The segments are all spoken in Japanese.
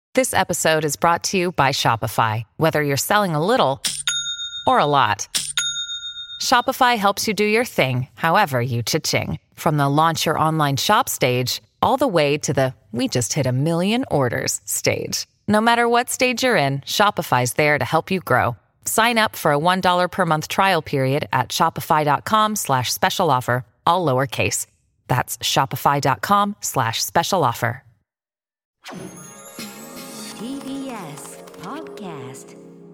This episode is brought to you by Shopify. Whether you're selling a little or a lot, Shopify helps you do your thing, however you cha-ching. From the launch your online shop stage, all the way to the we just hit 1 million orders stage. No matter what stage you're in, Shopify's there to help you grow. Sign up for a $1 per month trial period at shopify.com/special offer, all lowercase. That's shopify.com/special offer. TBS Podcast。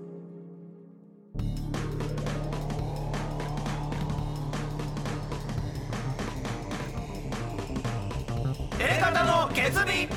エレカタの決意。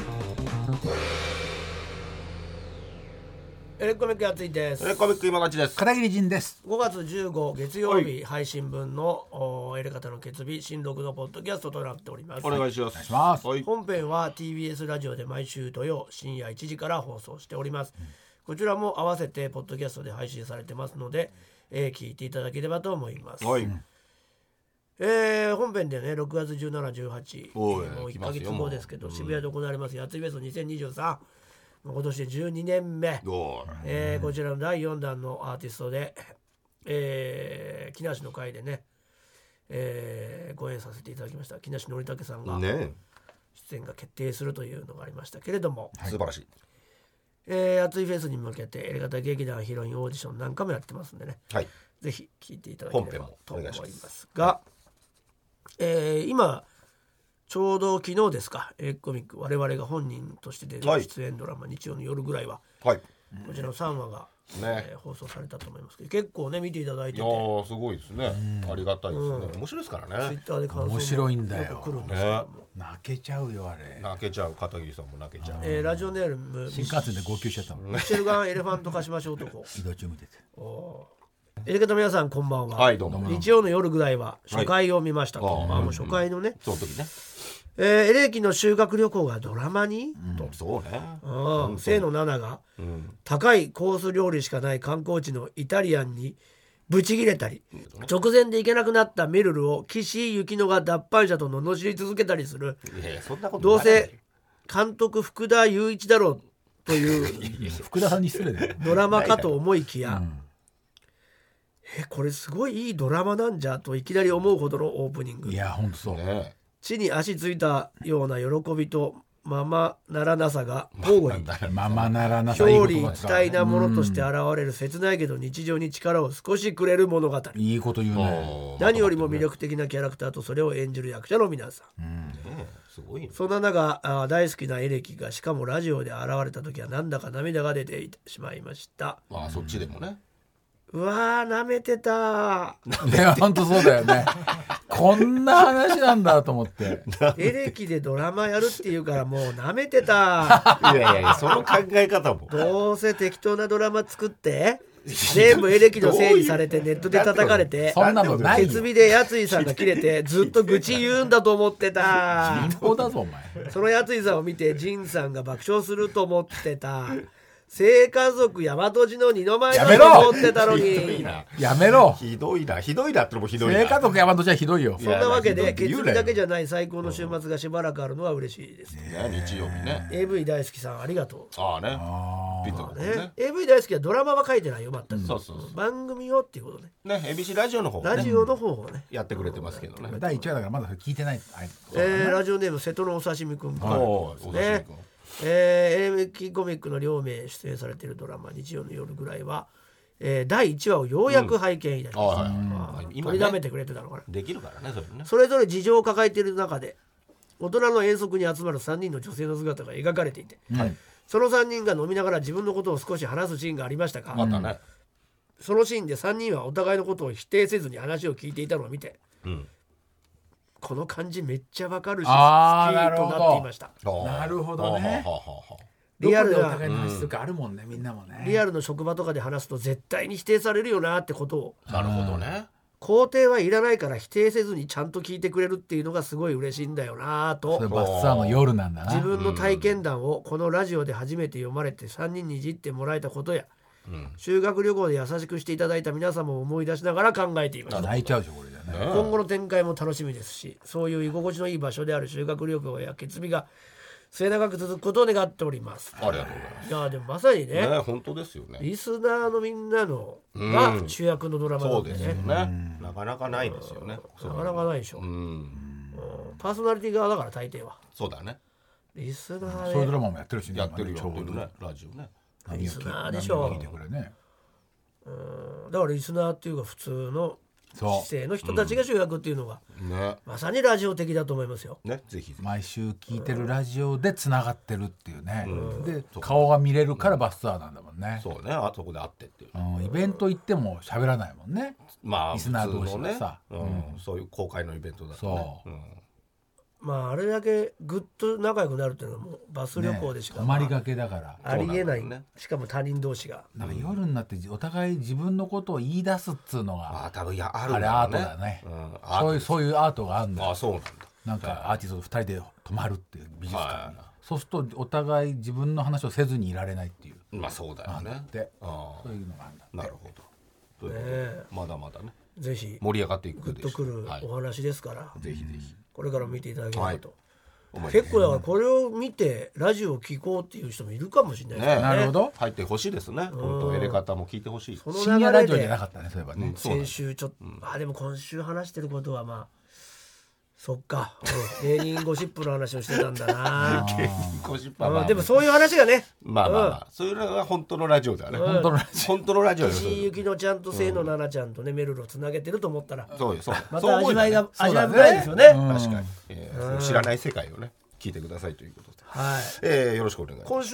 エレコミックやついです。 エレコミック今立ちです。 片桐仁です。 5月15月曜日配信分のエレカタの決意新録のポッドキャストとなっております。 お願いします。 お願いします。 はい、 本編は TBS ラジオで毎週土曜深夜1時から放送しております。こちらも合わせてポッドキャストで配信されてますので、聞いていただければと思います。 はい、 本編でね6月17、18、もう1ヶ月後ですけど、渋谷で行われますやついフェス2023、今年で12年目、こちらの第4弾のアーティストで、木梨の会でね、ご演させていただきました木梨憲武さんが出演が決定するというのがありましたけれども、 素晴らしい。 熱いフェスに向けてエレガタ劇団ヒロインオーディションなんかもやってますんでね、 はい、 ぜひ聞いていただければと思いますが、 はい、 今ちょうど昨日ですか、エレコミック我々が本人として出る出演ドラマ、日曜の夜ぐらいは、 はい、 こちらの3話が、放送されたと思いますけど、結構ね見ていただいてて、 いやすごいですね、ありがたいですね、面白いですからね。 ツイッターで感想も面白いんだよ来るんですけども、 泣けちゃうよあれ。 泣けちゃう。片桐さんも泣けちゃう。 ラジオネーム新幹線で号泣しちゃったもん。 ミシェルガンエレファント化しましょう男移動中見てて。 エレカタ皆さんこんばんは。 はい、どうも。 日曜の夜ぐらいは初回を見ましたと、もう初回のね、 その時ね、 エレキの修学旅行がドラマに、 そうね、 清野菜名が、高いコース料理しかない観光地のイタリアンにブチギレたり、直前で行けなくなったメルルを岸井ゆきのが脱藩者と罵り続けたりする、 そんなことどうせ監督福田雄一だろうという福田さんに失礼だよ。 ドラマかと思いきや、これすごいいいドラマなんじゃといきなり思うほどのオープニング。 いやほんとそう、 地に足ついたような喜びとままならなさが交互にままならなさ表裏一体なものとして現れる切ないけど日常に力を少しくれる物語。 いいこと言うね。 何よりも魅力的なキャラクターとそれを演じる役者の皆さん、 すごいね。 そんな中大好きなエレキがしかもラジオで現れた時はなんだか涙が出てしまいました。 そっちでもね、 うわー舐めてた。 いやほんとそうだよね。こんな話なんだと思ってエレキでドラマやるっていうからもう舐めてた。 いやその考え方もどうせ適当なドラマ作って全部エレキのせいにされてネットで叩かれて、 そんなのないよ。 決意でやついさんが切れてずっと愚痴言うんだと思ってた。 そうだぞお前。 そのやついさんを見てジンさんが爆笑すると思ってた。聖家族大和路の二の舞だと思ってたのに。 やめろ。 ひどいなってのもひどいな。 聖家族山とじゃひどいよ。 そんなわけで決意だけじゃない最高の週末がしばらくあるのは嬉しいですね。 日曜日ね。 AV 大好きさんありがとう。 ピットね。 AV 大好きはドラマは書いてないよ全く。 そう番組をっていうことね。 ABC ラジオの方ラジオの方をねやってくれてますけどね。 第1話だからまだ聞いてない。 ラジオネーム瀬戸のお刺身くんからお刺身くん。 エレキコミックの両名出演されているドラマ日曜の夜ぐらいは、第1話をようやく拝見いたしました。取りだめてくれてたのかな。 できるからねそれね。 それぞれ事情を抱えている中で大人の遠足に集まる3人の女性の姿が描かれていて、その3人が飲みながら自分のことを少し話すシーンがありましたが、そのシーンで3人はお互いのことを否定せずに話を聞いていたのを見て、この感じめっちゃわかるし好きとなっていました。 なるほどね。 リアルなお互いの話するかあるもんね、みんなもね。 リアルの職場とかで話すと絶対に否定されるよなってことを、 なるほどね。 肯定はいらないから否定せずにちゃんと聞いてくれるっていうのがすごい嬉しいんだよなと。 それバスツアーの夜なんだな。 自分の体験談をこのラジオで初めて読まれて3人にいじってもらえたことや、修学旅行で優しくしていただいた皆様を思い出しながら考えていました。 泣いちゃうでしょこれでね。 今後の展開も楽しみですし、そういう居心地のいい場所である修学旅行や決意が末永く続くことを願っております。 ありがとうございます。 いやでもまさにね本当ですよね。 リスナーのみんなのが主役のドラマなんでね、 そうですよね。なかなかないですよね。 なかなかないでしょ。パーソナリティ側だから大抵は。 そうだね。 リスナーでそういうドラマもやってるしね。 やってるね。ラジオね。 リスナーでしょ。だからリスナーっていうか普通の姿勢の人たちが主役っていうのが、まさにラジオ的だと思いますよ。 ね、ぜひ毎週聞いてるラジオでつながってるっていうね。で顔が見れるからバスツアーなんだもんね。 そうね。あそこで会ってっていう。 イベント行っても喋らないもんね。 まあリスナー同士がさ、 そういう公開のイベントだとね。 まああれだけぐっと仲良くなるっていうのはもうバス旅行でしか、 泊まりがけだからありえない、しかも他人同士がなんか夜になってお互い自分のことを言い出すっつうのが多分あるあれアートだね。そういうアートがあるんだ。 そうなんだ。 なんかアーティスト2人で泊まるっていう美術館に、そうするとお互い自分の話をせずにいられないっていう。 まあそうだよね。 そういうのがあるんだって。 なるほど。まだまだねぜひ盛り上がっていくグッとくるお話ですから、 ぜひぜひこれから見ていただければと。結構だからこれを見てラジオを聞こうっていう人もいるかもしれないですね。 なるほど。 入ってほしいですね。本当エレ方も聞いてほしい。 深夜ラジオじゃなかったね、そういえばね。 先週ちょっとでも今週話してることはまあそっか、芸人ゴシップの話をしてたんだな。 芸人ゴシップはでもそういう話がね、 まあそういうのが本当のラジオだね。本当のラジオ。 岸井ゆきのちゃんと清野奈々ちゃんとねメルルをつなげてると思ったら、また味わいが味わい深いですよね。 確かに知らない世界をね聞いてくださいということで、よろしくお願いします。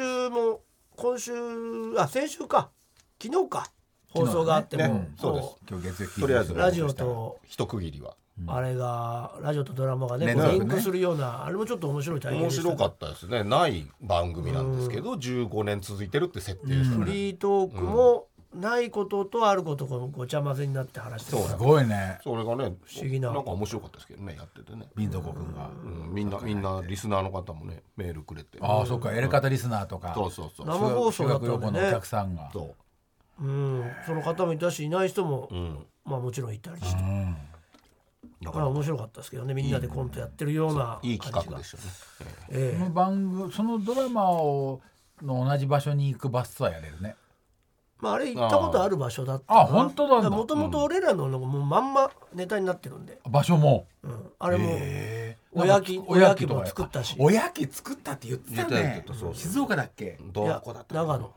先週か昨日か放送があっても、 そうです。 今日月曜日とりあえずラジオと一区切りはあれがラジオとドラマがねリンクするようなあれもちょっと面白い体験でした。 面白かったですね。ない番組なんですけど15年続いてるって設定ですね。 フリートークもないこととあることがごちゃ混ぜになって話してる。 すごいね。 それがね不思議ななんか面白かったですけどね、やっててね。 民族君がみんなリスナーの方もねメールくれて、 そっかエレカタリスナーとかそう生放送だったんでね、 お客さんがその方もいたしいない人もまあもちろんいたりして、だから面白かったですけどね、みんなでコントやってるようないい企画でしたね。 その番組そのドラマの同じ場所に行くバスツアーやれるね。 まああれ行ったことある場所だったな。 本当なんだ。 もともと俺らのもうまんまネタになってるんで、 場所もあれもおやきも作ったし。 おやき作ったって言ってたね。静岡だっけ？ どこだった？ 長野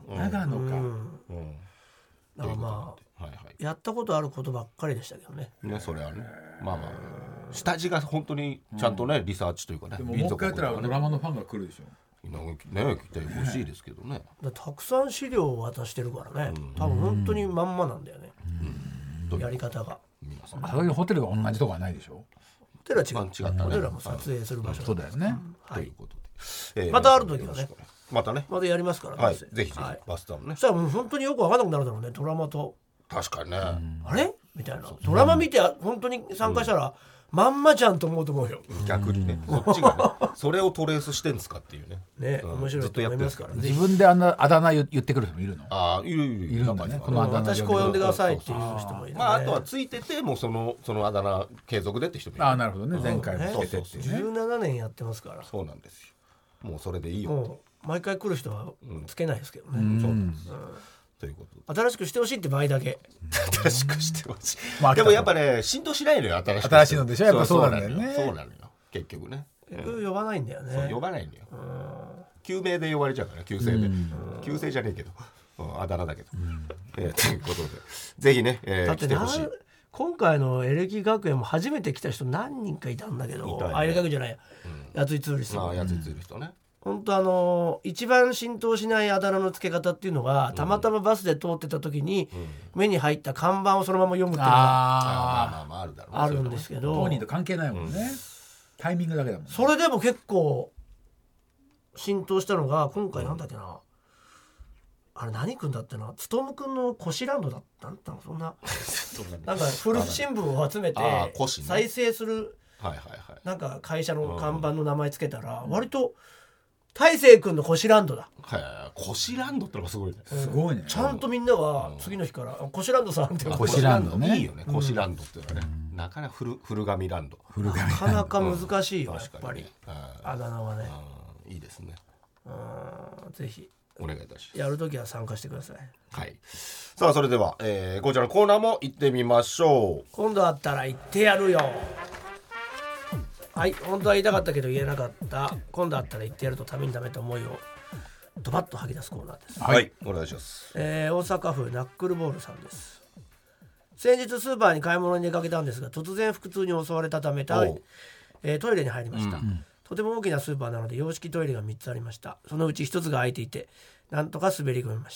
か。 だからまあやったことあることばっかりでしたけどね。 それはね、まあ下地が本当にちゃんとねリサーチというかね。 でももう一回やったらドラマのファンが来るでしょ。 ね、来てほしいですけどね。 たくさん資料を渡してるからね、多分本当にまんまなんだよね、やり方が。 そういうホテルが同じとこはないでしょ。 ホテルは違ったね。ホテルはも撮影する場所。 そうだよね。 ということで、 またある時はね、 またやりますからね。ぜひバスターもね。 そしたらもう本当によく分からなくなるだろうね、ドラマと。 確かにね。 あれみたいな。ドラマ見て本当に参加したらまんまじゃんと思うと思うよ。 逆にね、そっちがね、それをトレースしてんですかっていうね。 ね、面白いと思いますからね。 自分であだ名言ってくる人もいるの？ いるんだね。 このあだ名私こう呼んでくださいっていう人もいるね。 あとはついててもそのあだ名継続でって人もいる。 なるほどね。前回もつけてってね。 17年やってますから。 そうなんですよ。もうそれでいいよ。 もう毎回来る人はつけないですけどね。 そうなんです。ということ新しくしてほしいって場合だけ。 新しくしてほしい。でもやっぱね浸透しないのよ、 新しいのでしょ。やっぱそうなんだよね。 そうなのよ結局ね。 呼ばないんだよね。 呼ばないんだよ。旧名で呼ばれちゃうから、旧姓で。旧姓じゃねえけどあだ名だけど。ということでぜひね来てほしい。 今回のエレキ学園も初めて来た人何人かいたんだけど、エレキ学園じゃないや、やついつ売る人。 やついつ売る人ね。 本当一番浸透しないあだ名の付け方っていうのが、たまたまバスで通ってた時に目に入った看板をそのまま読むっていうのがあるんですけど、 当人と関係ないもんね。タイミングだけだもんね。 それでも結構浸透したのが今回なんだっけな、あれ何君だってな、つとむ君のコシランドだったの、そんななんか古新聞を集めて再生するなんか会社の看板の名前つけたら割と大成君のコシランドだ。 コシランドってのがすごいね。 すごいね。 ちゃんとみんなが次の日からコシランドさんってコシランドね。 いいよね、コシランドってのはね。なかなか古神ランド。 なかなか難しいよやっぱりあだ名はね。 いいですね。 ぜひお願いいたします。 やるときは参加してください。 はい。さあそれでは、こちらのコーナーも行ってみましょう。 今度あったら言ってやるよ。はい、本当は言いたかったけど言えなかった今度あったら言ってやるとためにためた思いをドバッと吐き出すコーナーです。 はい、お願いします。 大阪府ナックルボールさんです。先日スーパーに買い物に出かけたんですが突然腹痛に襲われたためトイレに入りました、とても大きなスーパーなので洋式トイレが3つありました。そのうち1つが空いていてなんとか滑り込みました、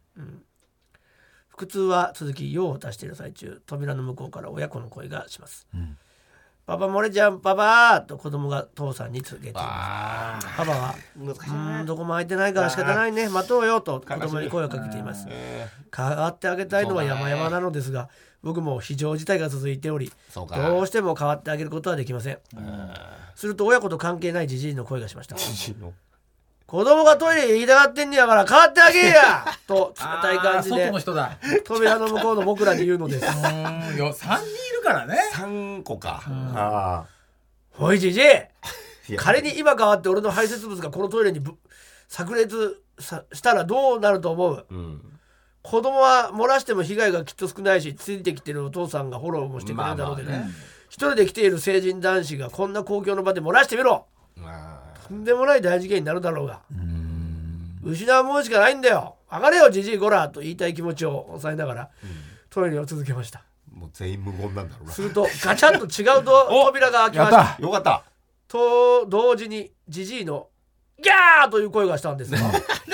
腹痛は続き用を足している最中扉の向こうから親子の声がします、パパ漏れちゃんパパと子供が父さんに告げています。パパはどこも空いてないから仕方ないね待とうよと子供に声をかけています。代わってあげたいのは山々なのですが僕も非常事態が続いておりどうしても代わってあげることはできません。すると親子と関係ないじじいの声がしました。子供がトイレへ行きたがってんねやから代わってあげやと冷たい感じで外の人だ扉の向こうの僕らに言うのです。 3人いるからね。 3個か。 おいじじい仮に今代わって俺の排泄物がこのトイレに炸裂したらどうなると思う、子供は漏らしても被害がきっと少ないしついてきてるお父さんがフォローもしてくれるだろうけど、一人で来ている成人男子がこんな公共の場で漏らしてみろ。とんでもない大事件になるだろうが失うもんしかないんだよ上がれよじじいこらと言いたい気持ちを抑えながらトイレを続けました。 もう全員無言なんだろうな。 するとガチャンと違う扉が開きました。 よかったと同時にジジイのギャーという声がしたんですが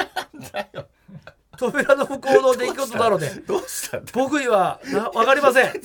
扉の向こうの出来事なのでどうしたんだ僕には分かりません。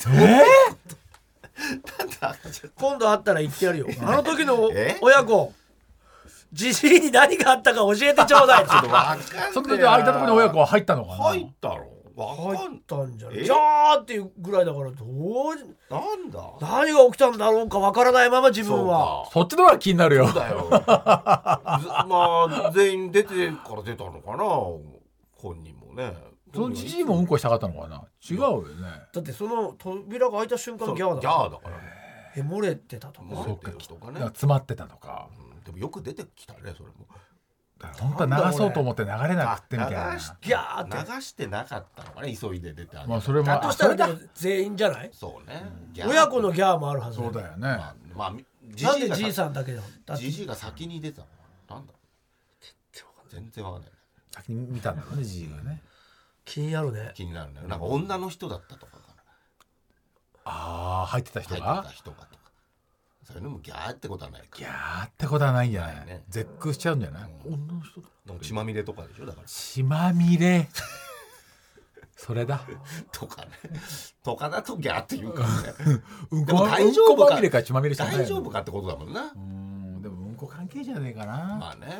今度会ったら言ってやるよ。あの時の親子ジジイに何があったか教えてちょうだい。 その時空いたところに親子は入ったのかな。 入ったろ入ったんじゃない。ギャーっていうぐらいだからなんだ何が起きたんだろうかわからないまま自分はそっちの方が気になるよ。 そうだよまあ全員出てから出たのかな本人もね。 そのじじいもうんこしたかったのかな。違うよね。 だってその扉が開いた瞬間ギャーだからね。 漏れてたとか漏れてるとかね。 詰まってたとか、 でもよく出てきたねそれも。 本当は流そうと思って流れなくってみたいな。 ギャーって流してなかったのかね急いで出て。 まあそれもだとしたらでも全員じゃない。 そうね。 親子のギャーもあるはず。 そうだよね。 まあなんでじいさんだけだ。 じじいが先に出たのなんだ。全然わかんない。 先に見たんだろうねじじいがね。 気になるね。 気になるね。なんか女の人だったとかかな。 ああ入ってた人が。 入ってた人がとか。そういうのもギャーってことはないか。 ギャーってことはないんじゃない。 ね、 絶句しちゃうんじゃない。女の人だ。 血まみれとかでしょだから。 血まみれ。それだ。 とかね。とかだとギャーって言うからね。 うんでも大丈夫か。 まみれか血まみれじゃない。 大丈夫かってことだもんな。 でもうんこ関係じゃねえかな。 まあね。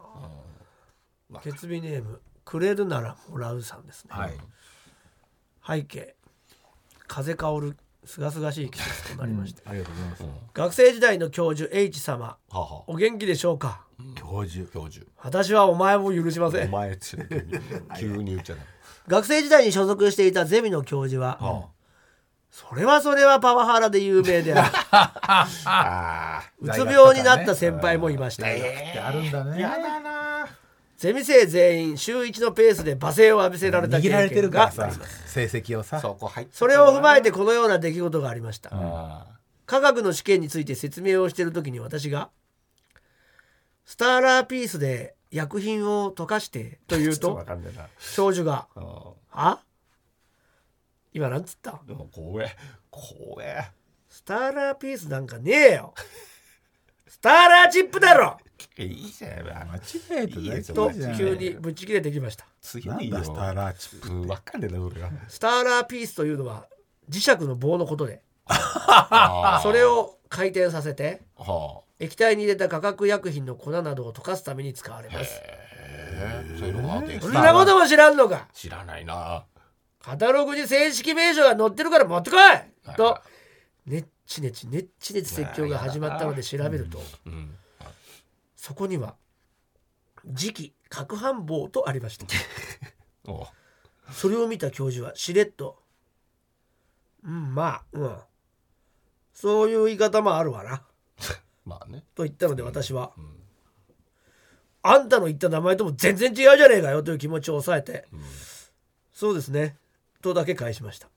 決日ネームくれるならもらうさんですね。背景風香るすがすがしい季節となりまして、 ありがとうございます。 学生時代の教授 H 様、お元気でしょうか。 教授私はお前も許しません。 お前って急に言っちゃう。 学生時代に所属していたゼミの教授は、それはパワハラで有名であるうつ病になった先輩もいました。 あるんだね。 やだな。ゼミ生全員週1のペースで罵声を浴びせられた経験があります。 成績をさ。 それを踏まえてこのような出来事がありました。科学の試験について説明をしているときに私がスターラーピースで薬品を溶かしてと言うと教授がは今なんつった。 怖えスターラーピースなんかねえよスターラーチップだろ。 いいじゃん。 間違えてないと急にぶち切れてきました。 強いよ。 スターラーチップ。 分かんねえな俺が。 スターラーピースというのは磁石の棒のことでそれを回転させて液体に入れた化学薬品の粉などを溶かすために使われます。 そういうのがそんなことも知らんのか。 知らないな。カタログに正式名称が載ってるから持ってこいとねっちねち説教が始まったので調べると、そこには磁気攪拌棒とありましたそれを見た教授はしれっとそういう言い方もあるわなまあねと言ったので私は、 あんたの言った名前とも全然違うじゃねえかよという気持ちを抑えて、そうですねとだけ返しました。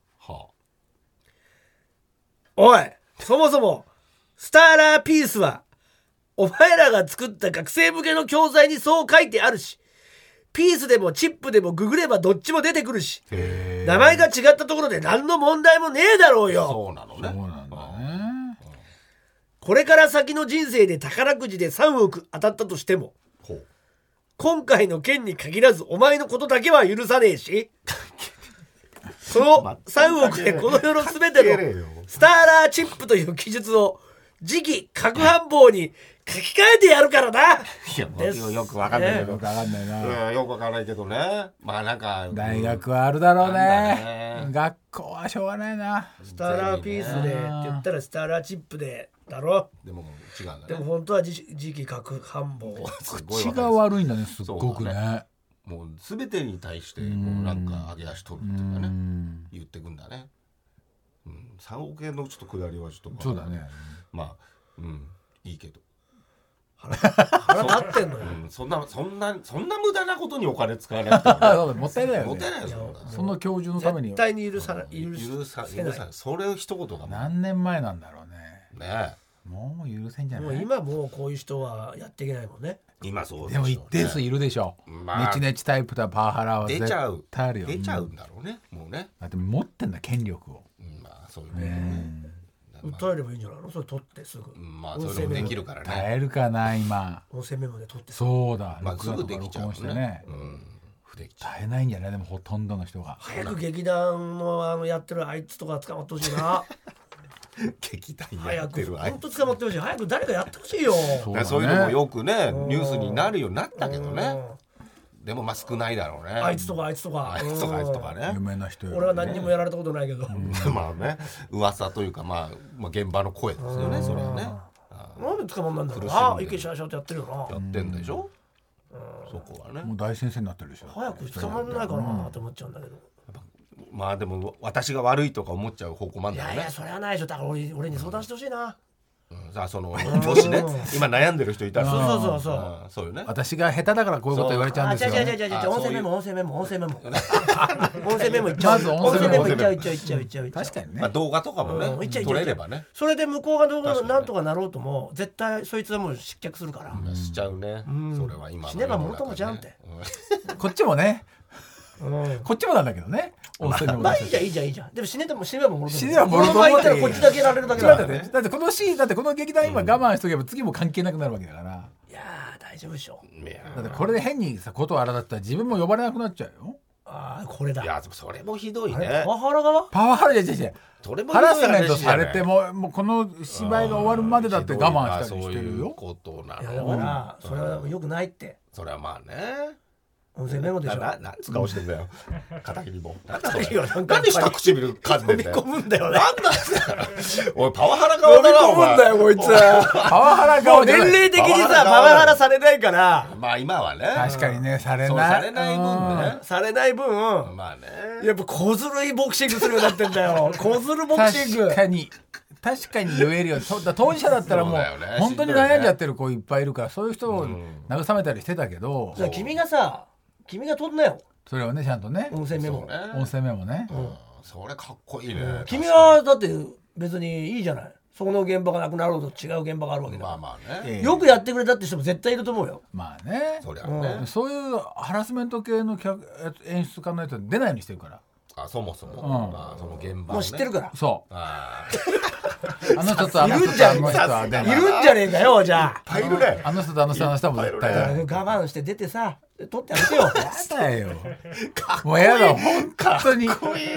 おい、そもそもスターラーピースはお前らが作った学生向けの教材にそう書いてあるし、ピースでもチップでもググればどっちも出てくるし、名前が違ったところで何の問題もねえだろうよ。 そうなのね。 そうなんだね。 これから先の人生で宝くじで3億当たったとしても、今回の件に限らずお前のことだけは許さねえしその3億でこの世の全てのスターラーチップという記述を次期核繁忙に書き換えてやるからな。 いやよくわかんないけど、 よくわかんないな。 よくわかんないけどね。まあなんか大学はあるだろうね。学校はしょうがないな。 スターラーピースでって言ったらスターラーチップでだろ。 でも違うんだね。 でも本当は次期核繁忙。 口が悪いんだね、すっごくね。 もう全てに対してもうなんか上げ足取るっていうかね、言ってくんだね。3億円のちょっと下りはちょっとそうだね。 まあいいけど腹立ってんのよ。 そんな無駄なことにお金使わなくてももったいないよね。 もったいないよ。 その教授のために絶対に許せない。 それを一言が何年前なんだろうね。 ね。 もう許せんじゃない。 もう今もうこういう人はやっていけないもんね。 今そうでも一定数いるでしょ。ネチネチタイプとパワハラは絶対あるよ。 出ちゃうんだろうね。もうね。 だって持ってんだ権力を。 まあそういうね。 訴えればいいんじゃないの？それ取ってすぐ。 まあそれもできるからね。 耐えるかな今。 音声メモで取って。 そうだ。 まあすぐできちゃうね。 耐えないんじゃないでもほとんどの人が。 早く劇団のやってるあいつとか捕まってほしいな。 劇団やってる本当捕まってほしい。早く誰かやってほしいよ。 そういうのもよくねニュースになるようになったけどね。でもまあ少ないだろうね。 あいつとかね。 有名な人よ。 俺は何にもやられたことないけど。 まあね噂というかまあ現場の声ですよねそれはね。 なんで捕まんないんだろうな。池シャーシャーってやってるよな。 やってんでしょ。そこはね。 もう大先生になってるでしょ。 早く捕まんないかなって思っちゃうんだけど。 まあでも私が悪いとか思っちゃう方向もあるんだよね。 いやそれはないでしょ。だから俺に相談してほしいな。 さあそのもしね今悩んでる人いたらそうよね。 私が下手だからこういうこと言われちゃうんですよ。 音声メモ音声メモいっちゃう。 まず音声メモいっちゃう。 確かにね。 まあ動画とかもね撮れればね。 それで向こうが動画なんとかなろうとも絶対そいつはもう失脚するから。 しちゃうね。それは今死ねば元もじゃんって。 こっちもね。こっちもなんだけどね。 まあいいじゃん。でも死ねばもろとも。 死ねばもろとも。 こっちだけやられるだけだからね。 だってこのシーンだってこの劇団今我慢しとけば次も関係なくなるわけだから。 いや大丈夫でしょ。 だってこれで変にさことを荒だったら自分も呼ばれなくなっちゃうよ。 ああこれだ。 いやそれもひどいね。 パワハラ側？ パワハラじゃハラスメントされてもうこの芝居が終わるまでだって我慢したりしてるよ。 ことなの。 いやだからそれは良くないって。 それはまあね。 音声メモでしょ。 何つ顔してんだよ。片桐も。何下唇噛んでんだよ。 飲み込むんだよね。 なんだおいパワハラ顔だなお前。 飲み込むんだよこいつ。パワハラ顔じゃない。 年齢的にさパワハラされないから。 まあ今はね。 確かにねされない。 されない分ね。 されない分。 まあね。 やっぱ小ずるいボクシングするようになってんだよ。小ずるボクシング。 確かに言えるよ。当事者だったらもう本当に悩んじゃってる子いっぱいいるからそういう人を慰めたりしてたけど。 君が撮んなよ。 それをねちゃんとね。 音声メモね。 それかっこいいね。 君はだって別にいいじゃない。その現場がなくなろうと違う現場があるわけだ。 まあね。 よくやってくれたって人も絶対いると思うよ。 まあね。 そりゃね。 そういうハラスメント系の演出家のやつは出ないようにしてるから。 あそもそもその現場もう知ってるから。 そう。 あの人とあの人とあの人は出ない。 いるんじゃねえかよじゃあ。 いっぱいいるね。 あの人とあの人も絶対我慢して出てさ撮ってあげてよ。 やだよ。もうやだ本当に。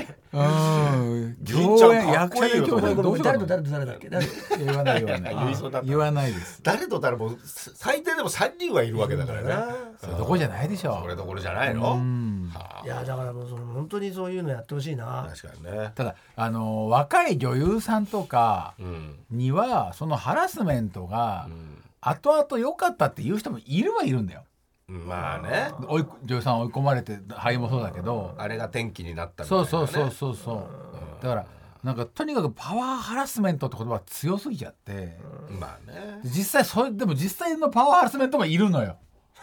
銀ちゃんかっこいいよ。 誰と誰だっけ？ 言わないです。 誰と誰も最低でも3人はいるわけだからね。 それどころじゃないでしょ。 それどころじゃないの？ いやだからもう本当にそういうのやってほしいな。 確かにね。 ただ若い女優さんとかにはそのハラスメントが後々良かったっていう人もいるはいるんだよ。 まあね。 女優さん追い込まれて俳優もそうだけど、 あれが転機になったみたいなね。 そうだからなんかとにかくパワーハラスメントって言葉が強すぎちゃって、 まあね。 実際でも実際のパワーハラスメントもいるのよ。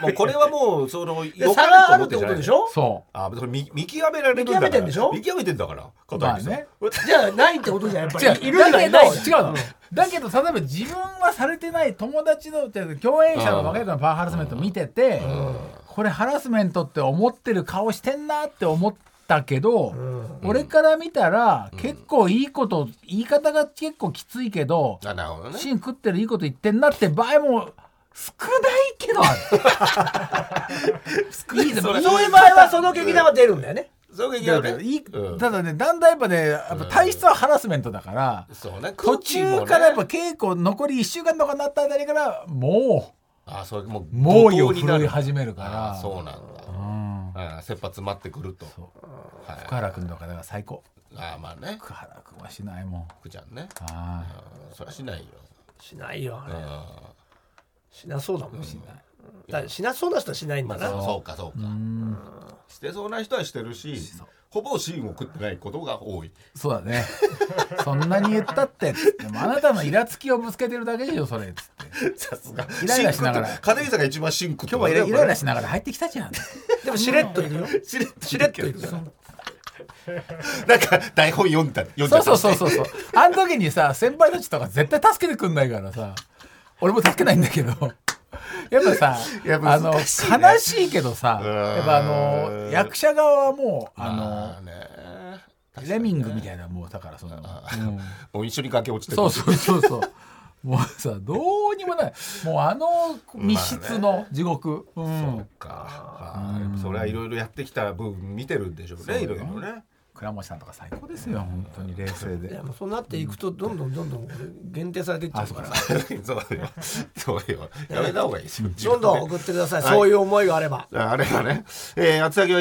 もうこれはもうそので差があるってことでしょ。 そうそれ見極められるんだから。 見極めてんでしょ。 見極めてんだからまあね、 じゃあないってことじゃんやっぱり。 違う、いるんだけど違うの、だけど例えば自分はされてない友達の共演者の若い子のパワーハラスメント見てて、これハラスメントって思ってる顔してんなって思ったけど、俺から見たら結構いいこと、言い方が結構きついけど、芯食ってるいいこと言ってんなって場合も少ないけどある。そういう場合はその劇団は出るんだよね。 ただね、だんだんやっぱね、やっぱ体質はハラスメントだから、途中からやっぱ稽古残り1週間とかになったあたりからもう猛威を振るい始めるから。 そうなんだ。切羽詰まってくると。 福原君とかだから最高。 まあね。 福原君はしないもん。 福ちゃんね。そりゃしないよ。 しないよあれ。しなそうだもん。しない。しなそうな人はしないんだな。 そうか。してそうな人はしてるし、ほぼ芯を食ってないことが多い。 そうだね。そんなに言ったって、でもあなたのイラつきをぶつけてるだけでしょそれっつって。 さすが。 イライラしながら。 片桐さんが一番芯食って。 今日はイライラしながら入ってきたじゃん。 でもしれっといるよ。しれっといる。 なんか台本読んじゃった。 そう。あの時にさ、先輩たちとか絶対助けてくんないからさ、俺も助けないんだけど。やっぱさ、悲しいけどさ、やっぱ役者側はもうレミングみたいな、もうだからもう一緒に崖落ちてる。そうもうさ、どうにもない、もう密室の地獄。 そうか。それはいろいろやってきた分見てるんでしょうね、いろいろね。 倉持さんとか最高ですよ、本当に冷静で。 いやもうそうなっていくとどんどん限定されていっちゃうから。 そうよ。やめた方がいいですよ。 どんどん送ってください。そういう思いがあれば。 あればね。宛先は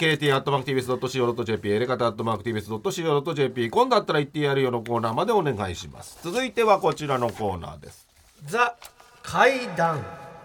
elkt@tbs.co.jp、エレカタ@tbs.co.jp。今度あったら言ってやるよのコーナーまでお願いします。続いてはこちらのコーナーです。 ザ怪談。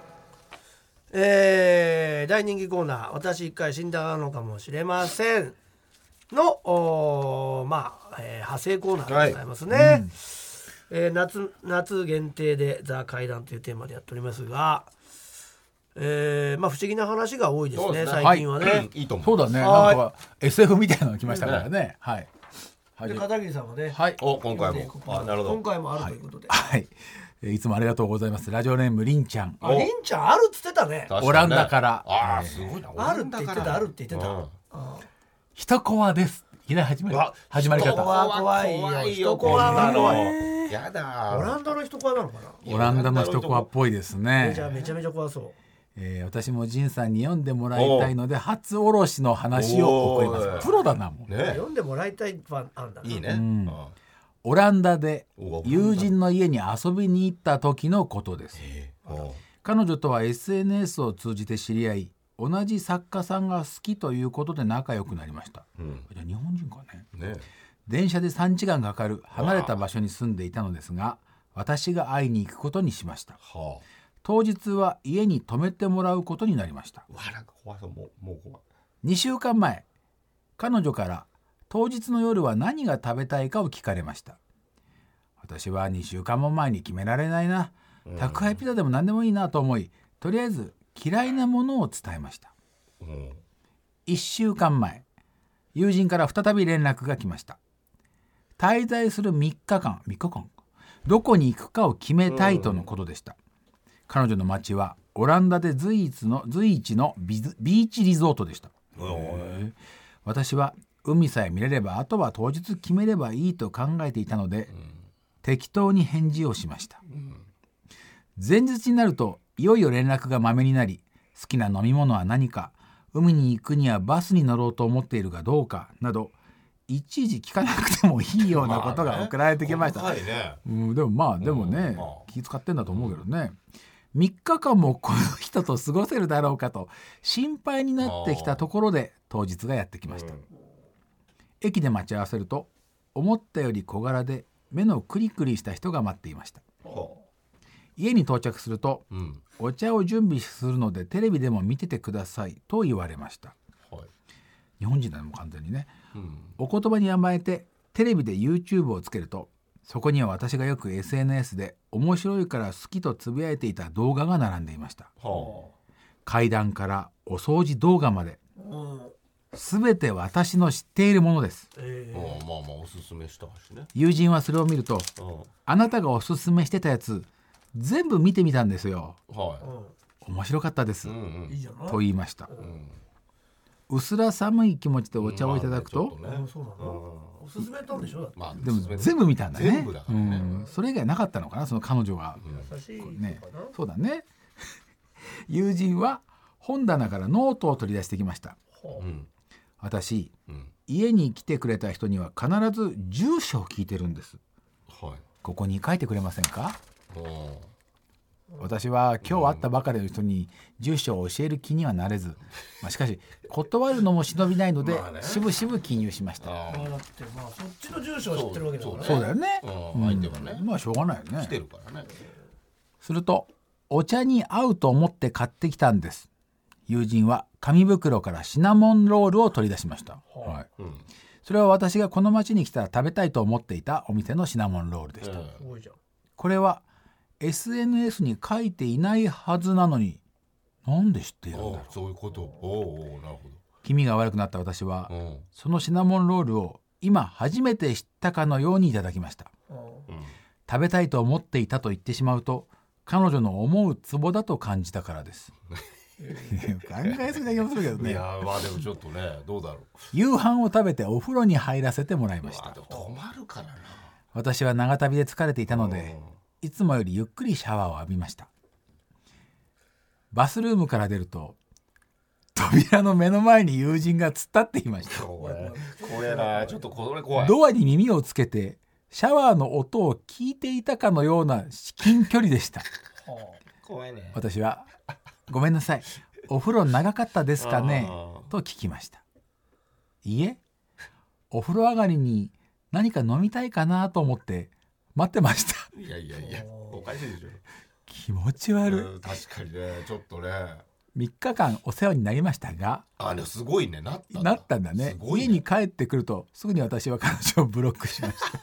大人気コーナー、私一回死んだのかもしれませんの派生コーナーでございますね。夏限定でザ怪談というテーマでやっておりますが、不思議な話が多いですね、最近はね。 いいと思う。 そうだね。なんか SF みたいなのが来ましたからね。はい。 で片桐さんもね。 はい。 今回も。なるほど。 今回もあるということで。 はい。いつもありがとうございます。ラジオネームりんちゃん。 りんちゃんあるっつってたね。 オランダから。 すごいな。 あるって言ってた。 一コアです。いきなり始まり方。 怖いよ。一コアなの。 やだ。 オランダの一コアなのかな。 オランダの一コアっぽいですね。 じゃあめちゃめちゃ怖そう。 私も仁さんに読んでもらいたいので初おろしの話を送ります。プロだなもん。 読んでもらいたいファンあんだ。 いいね。 オランダで友人の家に遊びに行った時のことです。彼女とは SNS を通じて知り合い、同じ作家さんが好きということで仲良くなりました。じゃあ日本人かね。電車で3時間かかる離れた場所に住んでいたのですが、私が会いに行くことにしました。当日は家に泊めてもらうことになりました。2週間前、彼女から当日の夜は何が食べたいかを聞かれました。私は2週間も前に決められないな、宅配ピザでも何でもいいなと思い、とりあえず嫌いなものを伝えました。1週間前、友人から再び連絡が来ました。滞在する3日間どこに行くかを決めたいとのことでした。彼女の町はオランダで随一のビーチリゾートでした。私は海さえ見れればあとは当日決めればいいと考えていたので、適当に返事をしました。前日になるといよいよ連絡がまめになり、好きな飲み物は何か、海に行くにはバスに乗ろうと思っているかどうかなど、いちいち聞かなくてもいいようなことが送られてきました。でもね、気遣ってんだと思うけどね。3日間もこの人と過ごせるだろうかと心配になってきたところで当日がやってきました。駅で待ち合わせると、思ったより小柄で目のクリクリした人が待っていました。家に到着すると、お茶を準備するのでテレビでも見ててくださいと言われました。日本人だね、もう完全にね。お言葉に甘えてテレビで YouTube をつけると、そこには私がよく SNS で面白いから好きとつぶやいていた動画が並んでいました。 階段からお掃除動画まで、全て私の知っているものです。 まあおすすめしたしね。 友人はそれを見ると、あなたがおすすめしてたやつ全部見てみたんですよ、面白かったです、と言いました。うすら寒い気持ちでお茶をいただくと、 おすすめたんでしょ。 でも全部見たんだね。 全部だからね、 それ以外なかったのかな、その彼女は。 優しいね、そうだね。友人は本棚からノートを取り出してきました。私、家に来てくれた人には必ず住所を聞いてるんです、ここに書いてくれませんか。私は今日会ったばかりの人に住所を教える気にはなれず、しかし断るのも忍びないので、しぶしぶ記入しました。 だってそっちの住所を知ってるわけだからね。 そうだよね。 相手はね、 しょうがないよね。 来てるからね。するとお茶に合うと思って買ってきたんです。友人は紙袋からシナモンロールを取り出しました、それは私がこの町に来たら食べたいと思っていたお店のシナモンロールでした、これは SNS に書いていないはずなのに、なんで知っているんだろう。 そういうこと。なるほど。 気味が悪くなった私は、そのシナモンロールを今初めて知ったかのようにいただきました、食べたいと思っていたと言ってしまうと彼女の思うツボだと感じたからです考えすぎな気もするけどね。 いやでもちょっとね、どうだろう。 夕飯を食べてお風呂に入らせてもらいました。 止まるからな。 私は長旅で疲れていたので、いつもよりゆっくりシャワーを浴びました。バスルームから出ると扉の目の前に友人が突っ立っていました。 怖いな、ちょっとこれ怖い。 ドアに耳をつけてシャワーの音を聞いていたかのような至近距離でした怖いね。 私はごめんなさい、お風呂長かったですかねと聞きました。いえ、お風呂上がりに何か飲みたいかなと思って待ってました。 いやおかしいでしょ。 気持ち悪い、 確かにね、ちょっとね。 3日間お世話になりましたが、 すごいね、なったんだね。家に帰ってくるとすぐに私は彼女をブロックしました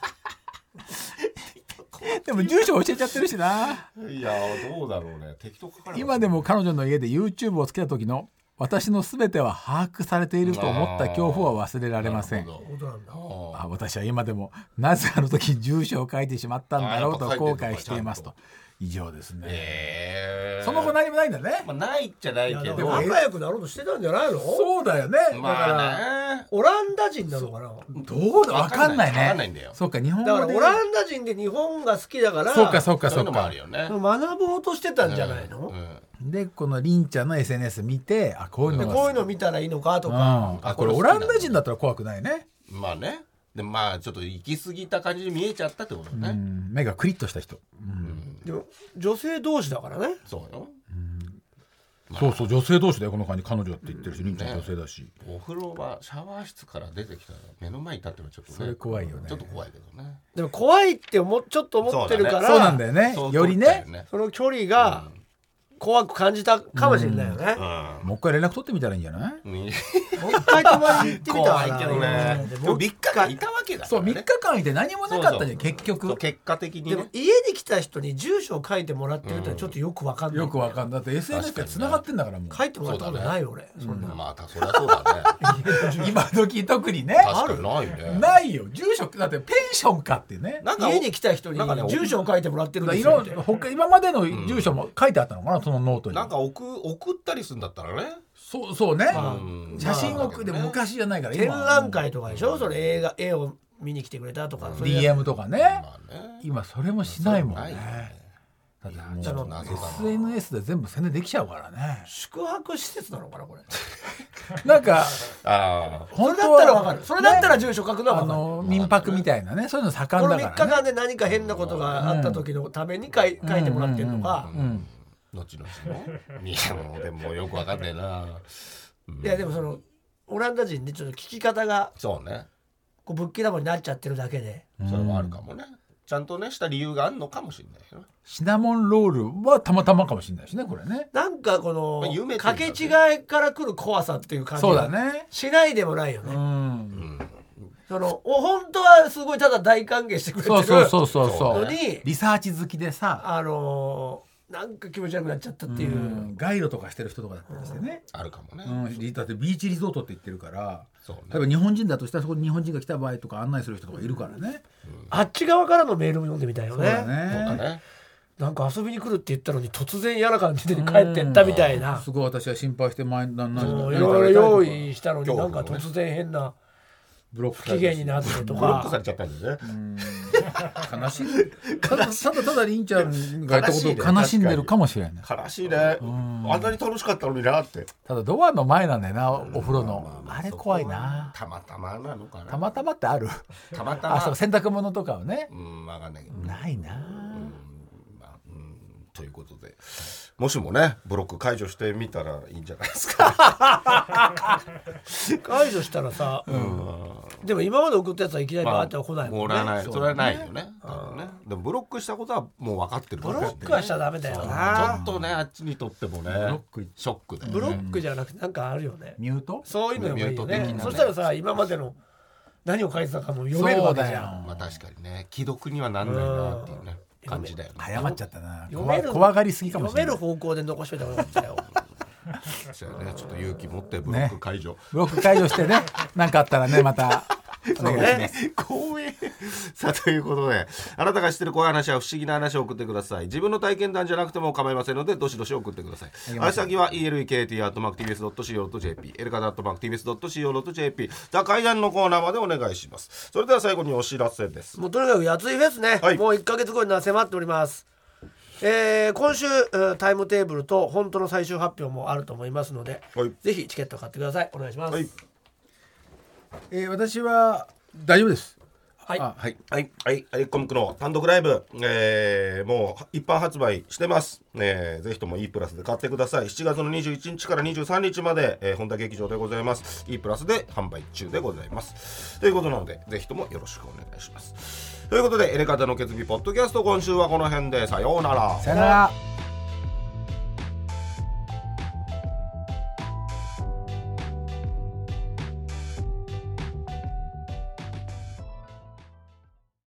でも住所教えちゃってるしな。 いやどうだろうね、適当書かれ。 今でも彼女の家で YouTube をつけた時の私の全ては把握されていると思った恐怖は忘れられません。私は今でもなぜあの時住所を書いてしまったんだろうと後悔していますと。以上ですね。その後何もないんだね。 ないっちゃないけど、 仲良くなろうとしてたんじゃないの。 そうだよね。だからオランダ人なのかな。 どうだ、分かんないね。 分かんないんだよ。 そうか、日本語でだからオランダ人で日本が好きだから、 そうかあるよね。 学ぼうとしてたんじゃないの。 でこのりんちゃんの SNS 見て、こういうの見たらいいのかとか、 これオランダ人だったら怖くないね。 まあね。でちょっと行き過ぎた感じに見えちゃったってことね。 目がクリッとした人。 でも女性同士だからね。 そうよ。 そう女性同士だよ、この感じ。彼女って言ってるし、りんちゃん女性だし。 お風呂場シャワー室から出てきたら目の前に立ってるのちょっとね、 それ怖いよね。 ちょっと怖いけどね。 でも怖いってちょっと思ってるから、 そうなんだよね。よりね、 その距離が怖く感じたかもしれないよね。 もう一回連絡取ってみたらいいんじゃない？ もう一回泊まりに行ってみたら。 怖いけどね。でも3日間いたわけだからね。 そう、3日間いて何もなかったじゃん、結局。 結果的に。 でも家に来た人に住所を書いてもらってるってちょっとよくわかんない。 よくわかんない。だって SNS って繋がってんだからもう。 書いてもらったことないよ俺。そんな。 まあそりゃそうだね。 今時特にね。 確かにないね。 ないよ。住所だってペンションかっていうね。 家に来た人に住所を書いてもらってるんですよ。今までの住所も書いてあったのかな、そのノートに。 なんか送ったりするんだったらね。 そうね。写真送って昔じゃないから。 展覧会とかでしょ。それ絵を見に来てくれたとか。 DM とかね。今それもしないもんね。だって SNS で全部宣伝できちゃうからね。 宿泊施設なのかなこれ。 なんか本当はわかる。それだったら住所書くのはわかる。 民泊みたいなね、そういうの盛んだからね。 この3日間で何か変なことがあった時のために書いてもらってるのか。 後々ね。いやもうでもよくわかんないな。 いやでもそのオランダ人でちょっと聞き方がそうね、 こうぶっきらぼうになっちゃってるだけで、 それもあるかもね。ちゃんとねした理由があるのかもしれないよ。 シナモンロールはたまたまかもしれないしね、これね。 なんかこのかけ違いから来る怖さっていう感じがしないでもないよね。その本当はすごいただ大歓迎してくれてるそうのにリサーチ好きでさ、 なんか気持ち悪くなっちゃったっていう、 街路とかしてる人とかだったりしてね、 あるかもね、 だってビーチリゾートって言ってるから、 そうね、 例えば日本人だとしたらそこに日本人が来た場合とか案内する人とかいるからね、 あっち側からのメールも読んでみたいよね。 そうだね。 なんか遊びに来るって言ったのに突然嫌な感じで帰ってったみたいな、 すごい私は心配していろいろ用意したのになんか突然変なブロック不機嫌になってとかブロックされちゃったんだよね。 悲しい。ただりんちゃんがやったことを悲しんでるかもしれない。 悲しいね。あんなに楽しかったのになって。 ただドアの前なんだよな、お風呂の。あれ怖いな。 たまたまなのかな。 たまたまってある。 たまたま。 そう洗濯物とかをね。 分かんないけど。 ないな。 ということで、もしもねブロック解除してみたらいいんじゃないですか。 解除したらさ、でも今まで送ったやつはいきなりバーっては来ないもんね。 それはないよね。でもブロックしたことはもう分かってるから。 ブロックはしちゃダメだよな。ちょっとねあっちにとってもねショックで。 ブロックじゃなくてなんかあるよね。 ミュート？ そういうのもいいよね。そしたらさ今までの何を書いてたかも読めるわけじゃん。 まあ確かにね既読にはなんないなっていうね。感じだよね。 早まっちゃったな。怖がりすぎかもしれない。 読める方向で残しといた方がいいんだよ。 そうね、ちょっと勇気持ってブロック解除、 ブロック解除してね、なんかあったらねまたお願いします。 光栄。さあということで、あなたが知ってる怖い話や不思議な話を送ってください。自分の体験談じゃなくても構いませんのでどしどし送ってください。あ先は elekt@tbs.co.jp エレカ@tbs.co.jp ザ怪談のコーナーまでお願いします。それでは最後にお知らせです。 もうとにかくやついフェスね、もう1ヶ月後に迫っております。今週タイムテーブルと本当の最終発表もあると思いますので、ぜひチケット買ってください。お願いします。 私は大丈夫です。 コミックの単独ライブ、もう一般発売してます。ぜひとも E プラスで買ってください。7月の21日から23日まで、本田劇場でございます。E プラスで販売中でございます。ということなのでぜひともよろしくお願いします。ということでエレカタの決意ポッドキャスト、今週はこの辺でさようなら。 さようなら。